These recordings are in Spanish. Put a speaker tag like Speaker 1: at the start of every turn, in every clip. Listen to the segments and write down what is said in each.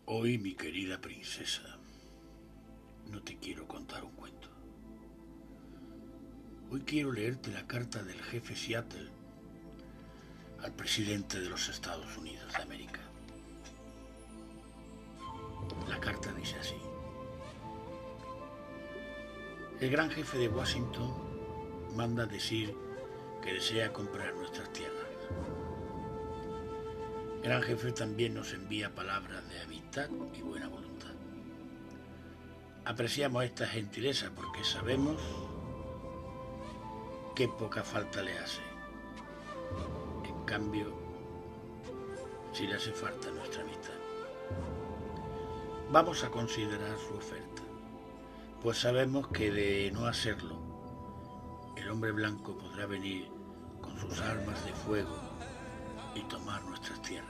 Speaker 1: Hoy, mi querida princesa, no te quiero contar un cuento. Hoy quiero leerte la carta del jefe Seattle al presidente de los Estados Unidos de América. La carta dice así: el gran jefe de Washington manda decir que desea comprar nuestras tierras. El gran jefe también nos envía palabras de amistad y buena voluntad. Apreciamos esta gentileza porque sabemos qué poca falta le hace. En cambio, sí le hace falta nuestra amistad. Vamos a considerar su oferta, pues sabemos que de no hacerlo, el hombre blanco podrá venir con sus armas de fuego y tomar nuestras tierras.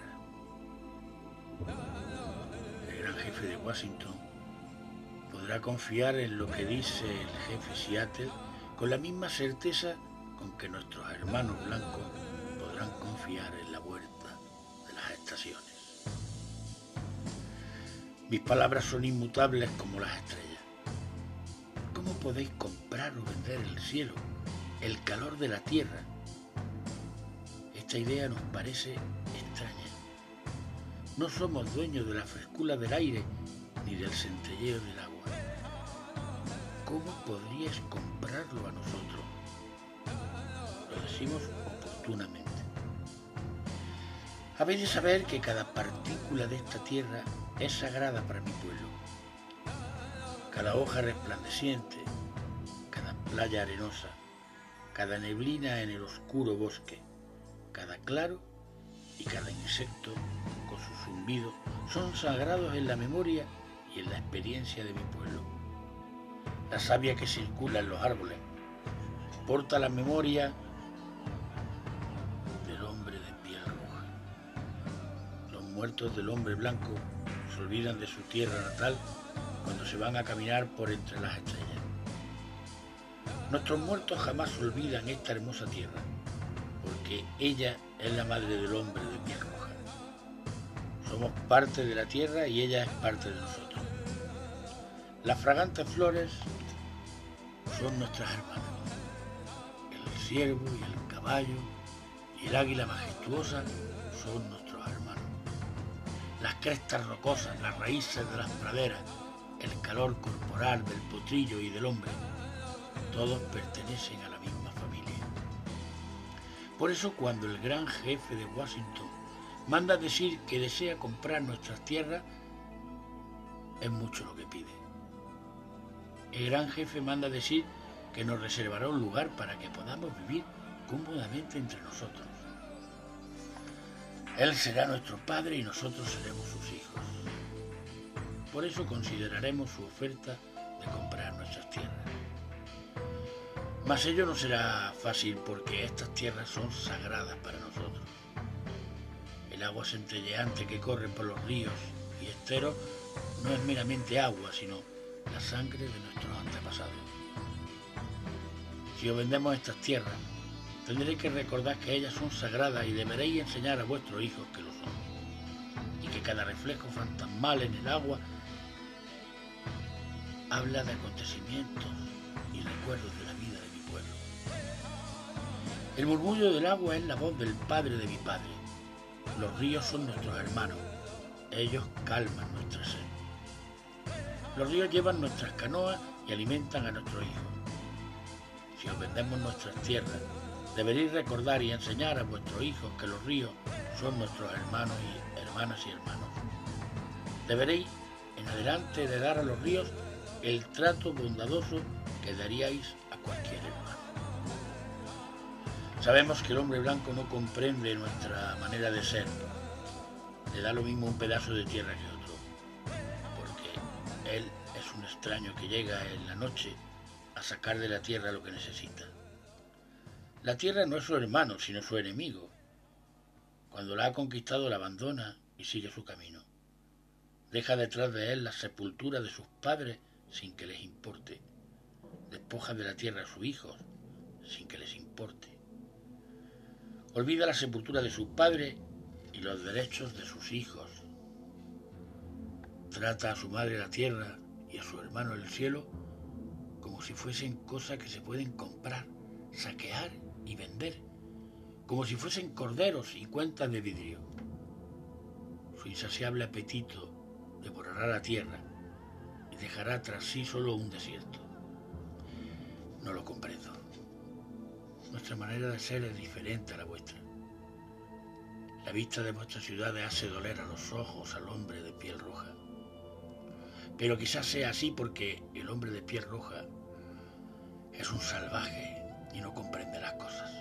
Speaker 1: El gran jefe de Washington podrá confiar en lo que dice el jefe Seattle con la misma certeza con que nuestros hermanos blancos podrán confiar en la vuelta de las estaciones. Mis palabras son inmutables como las estrellas. ¿Cómo podéis comprar o vender el cielo, el calor de la tierra? Esta idea nos parece extraña. No somos dueños de la frescura del aire ni del centelleo del agua. ¿Cómo podríais comprarlo a nosotros? Lo decimos oportunamente. Habéis de saber que cada partícula de esta tierra es sagrada para mi pueblo. Cada hoja resplandeciente, cada playa arenosa, cada neblina en el oscuro bosque, cada claro y cada insecto con su zumbido son sagrados en la memoria y en la experiencia de mi pueblo. La savia que circula en los árboles porta la memoria del hombre de piel roja. Los muertos del hombre blanco se olvidan de su tierra natal cuando se van a caminar por entre las estrellas. Nuestros muertos jamás olvidan esta hermosa tierra, porque ella es la madre del hombre de piel roja. Somos parte de la tierra y ella es parte de nosotros. Las fragantes flores son nuestras hermanas. El ciervo y el caballo y el águila majestuosa son nuestros hermanos. Las crestas rocosas, las raíces de las praderas, el calor corporal del potrillo y del hombre, todos pertenecen a la misma familia. Por eso, cuando el gran jefe de Washington manda decir que desea comprar nuestras tierras, es mucho lo que pide. El gran jefe manda decir que nos reservará un lugar para que podamos vivir cómodamente entre nosotros. Él será nuestro padre y nosotros seremos sus hijos. Por eso consideraremos su oferta de comprar nuestras tierras. Mas ello no será fácil porque estas tierras son sagradas para nosotros. El agua centelleante que corre por los ríos y esteros no es meramente agua, sino la sangre de nuestros antepasados. Si os vendemos estas tierras, tendréis que recordar que ellas son sagradas y deberéis enseñar a vuestros hijos que lo son, y que cada reflejo fantasmal en el agua habla de acontecimientos y recuerdos de la vida de mi pueblo. El murmullo del agua es la voz del padre de mi padre. Los ríos son nuestros hermanos. Ellos calman nuestra sed. Los ríos llevan nuestras canoas y alimentan a nuestros hijos. Si os vendemos nuestras tierras, deberéis recordar y enseñar a vuestros hijos que los ríos son nuestros hermanos y hermanas y hermanos. Deberéis, en adelante, de dar a los ríos el trato bondadoso que daríais a cualquier hermano. Sabemos que el hombre blanco no comprende nuestra manera de ser. Le da lo mismo un pedazo de tierra que otro, porque él es un extraño que llega en la noche a sacar de la tierra lo que necesita. La tierra no es su hermano, sino su enemigo. Cuando la ha conquistado, la abandona y sigue su camino. Deja detrás de él la sepultura de sus padres sin que les importe. Despoja de la tierra a sus hijos sin que les importe. Olvida la sepultura de sus padres y los derechos de sus hijos. Trata a su madre la tierra y a su hermano el cielo como si fuesen cosas que se pueden comprar, saquear y vender, como si fuesen corderos y cuentas de vidrio. Su insaciable apetito devorará la tierra y dejará tras sí solo un desierto. No lo comprendo. Nuestra manera de ser es diferente a la vuestra. La vista de vuestras ciudades hace doler a los ojos al hombre de piel roja. Pero quizás sea así porque el hombre de piel roja es un salvaje y no comprende las cosas.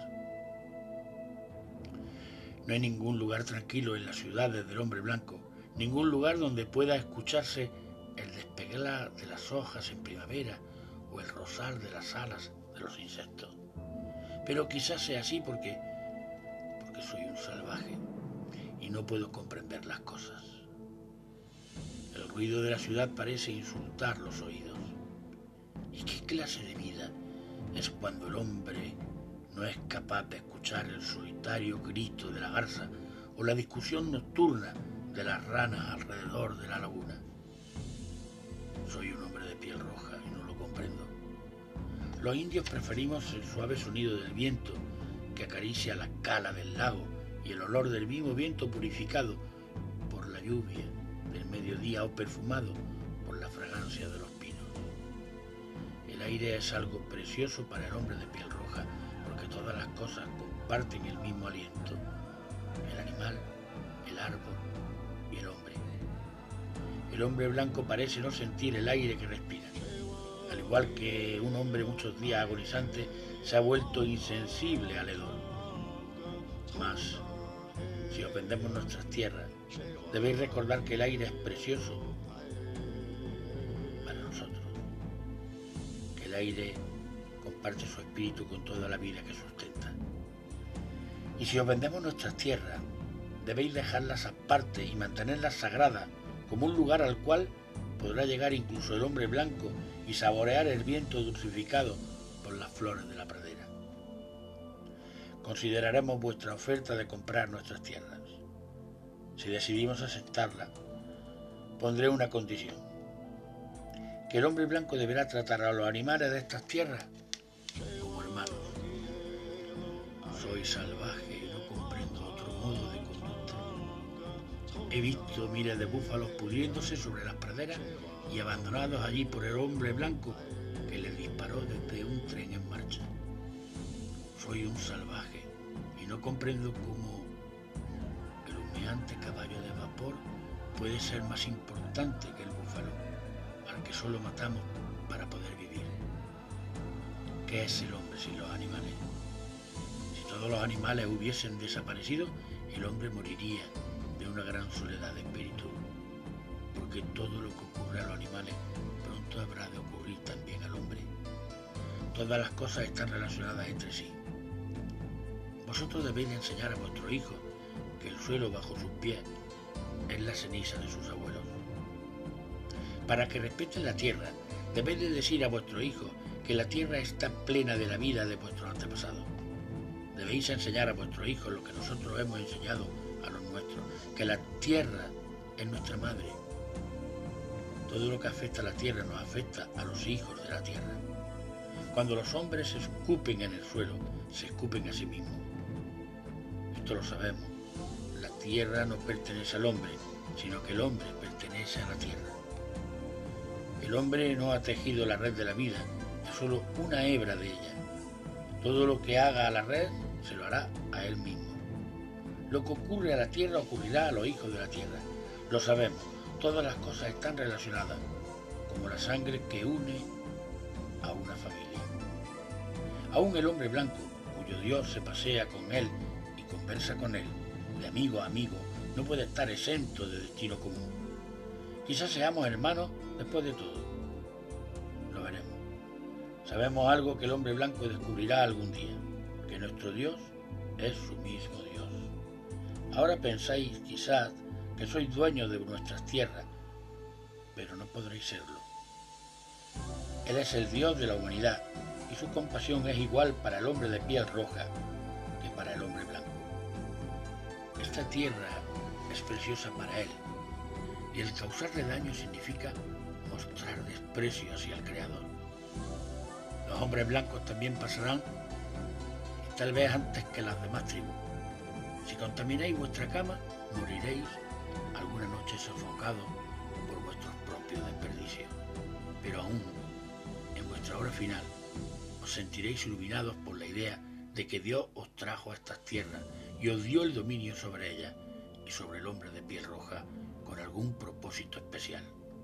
Speaker 1: No hay ningún lugar tranquilo en las ciudades del hombre blanco, ningún lugar donde pueda escucharse el despegar de las hojas en primavera o el rozar de las alas de los insectos. Pero quizás sea así porque soy un salvaje y no puedo comprender las cosas. El ruido de la ciudad parece insultar los oídos. ¿Y qué clase de vida es cuando el hombre no es capaz de escuchar el solitario grito de la garza o la discusión nocturna de las ranas alrededor de la laguna? Soy un hombre de piel roja y no lo comprendo. Los indios preferimos el suave sonido del viento que acaricia la cala del lago y el olor del mismo viento purificado por la lluvia del mediodía o perfumado por la fragancia de los pinos. El aire es algo precioso para el hombre de piel roja porque todas las cosas comparten el mismo aliento: el animal, el árbol y el hombre. El hombre blanco parece no sentir el aire que respira. Al igual que un hombre muchos días agonizante, se ha vuelto insensible al hedor. Mas, si ofendemos nuestras tierras, debéis recordar que el aire es precioso para nosotros, que el aire comparte su espíritu con toda la vida que sustenta. Y si ofendemos nuestras tierras, debéis dejarlas aparte y mantenerlas sagradas como un lugar al cual podrá llegar incluso el hombre blanco y saborear el viento dulcificado por las flores de la pradera. Consideraremos vuestra oferta de comprar nuestras tierras. Si decidimos aceptarla, pondré una condición: que el hombre blanco deberá tratar a los animales de estas tierras como hermanos. Soy salvaje y no comprendo otro modo de conducta. He visto miles de búfalos pudriéndose sobre las praderas y abandonados allí por el hombre blanco que les disparó desde un tren en marcha. Soy un salvaje y no comprendo cómo el humeante caballo de vapor puede ser más importante que el búfalo, al que solo matamos para poder vivir. ¿Qué es el hombre sin los animales? Si todos los animales hubiesen desaparecido, el hombre moriría de una gran soledad de espíritu, porque todo lo que ocurre a los animales pronto habrá de ocurrir también al hombre. Todas las cosas están relacionadas entre sí. Vosotros debéis enseñar a vuestros hijos que el suelo bajo sus pies es la ceniza de sus abuelos. Para que respeten la tierra, debéis de decir a vuestros hijos que la tierra está plena de la vida de vuestros antepasados. Debéis enseñar a vuestros hijos lo que nosotros hemos enseñado a los nuestros, que la tierra es nuestra madre. Todo lo que afecta a la tierra nos afecta a los hijos de la tierra. Cuando los hombres se escupen en el suelo, se escupen a sí mismos. Esto lo sabemos. La tierra no pertenece al hombre, sino que el hombre pertenece a la tierra. El hombre no ha tejido la red de la vida, es solo una hebra de ella. Todo lo que haga a la red se lo hará a él mismo. Lo que ocurre a la tierra ocurrirá a los hijos de la tierra. Lo sabemos, todas las cosas están relacionadas, como la sangre que une a una familia. Aún el hombre blanco, cuyo Dios se pasea con él y conversa con él, de amigo a amigo, no puede estar exento de destino común. Quizás seamos hermanos después de todo. Lo veremos. Sabemos algo que el hombre blanco descubrirá algún día, que nuestro Dios es su mismo Dios. Ahora pensáis quizás que sois dueños de nuestras tierras, pero no podréis serlo. Él es el Dios de la humanidad y su compasión es igual para el hombre de piel roja que para el hombre blanco. Esta tierra es preciosa para él, Y el causarle daño significa mostrar desprecio hacia el Creador. Los hombres blancos también pasarán, y tal vez antes que las demás tribus. Si contamináis vuestra cama, moriréis alguna noche sofocados por vuestros propios desperdicios. Pero aún, en vuestra hora final, os sentiréis iluminados por la idea de que Dios os trajo a estas tierras y os dio el dominio sobre ellas y sobre el hombre de piel roja con algún propósito especial.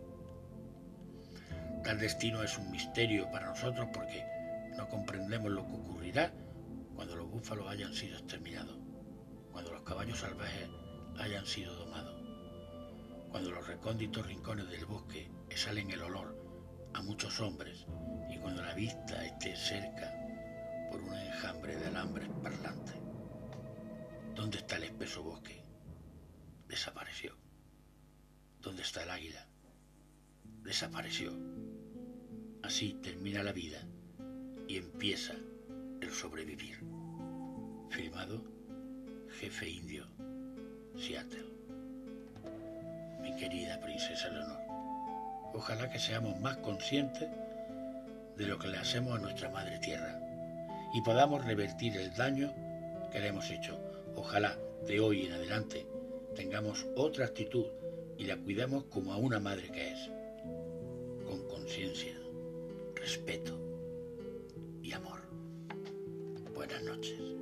Speaker 1: Tal destino es un misterio para nosotros porque no comprendemos lo que ocurrirá cuando los búfalos hayan sido exterminados, cuando los caballos salvajes hayan sido domados, cuando los recónditos rincones del bosque exhalen el olor a muchos hombres y cuando la vista esté cerca por un enjambre de alambres parlantes. ¿Dónde está el espeso bosque? Desapareció. ¿Dónde está el águila? Desapareció. Así termina la vida y empieza el sobrevivir. Filmado Jefe Indio, Seattle. Mi querida princesa Leonor, ojalá que seamos más conscientes de lo que le hacemos a nuestra madre tierra y podamos revertir el daño que le hemos hecho. Ojalá de hoy en adelante tengamos otra actitud y la cuidemos como a una madre que es, con conciencia, respeto y amor. Buenas noches.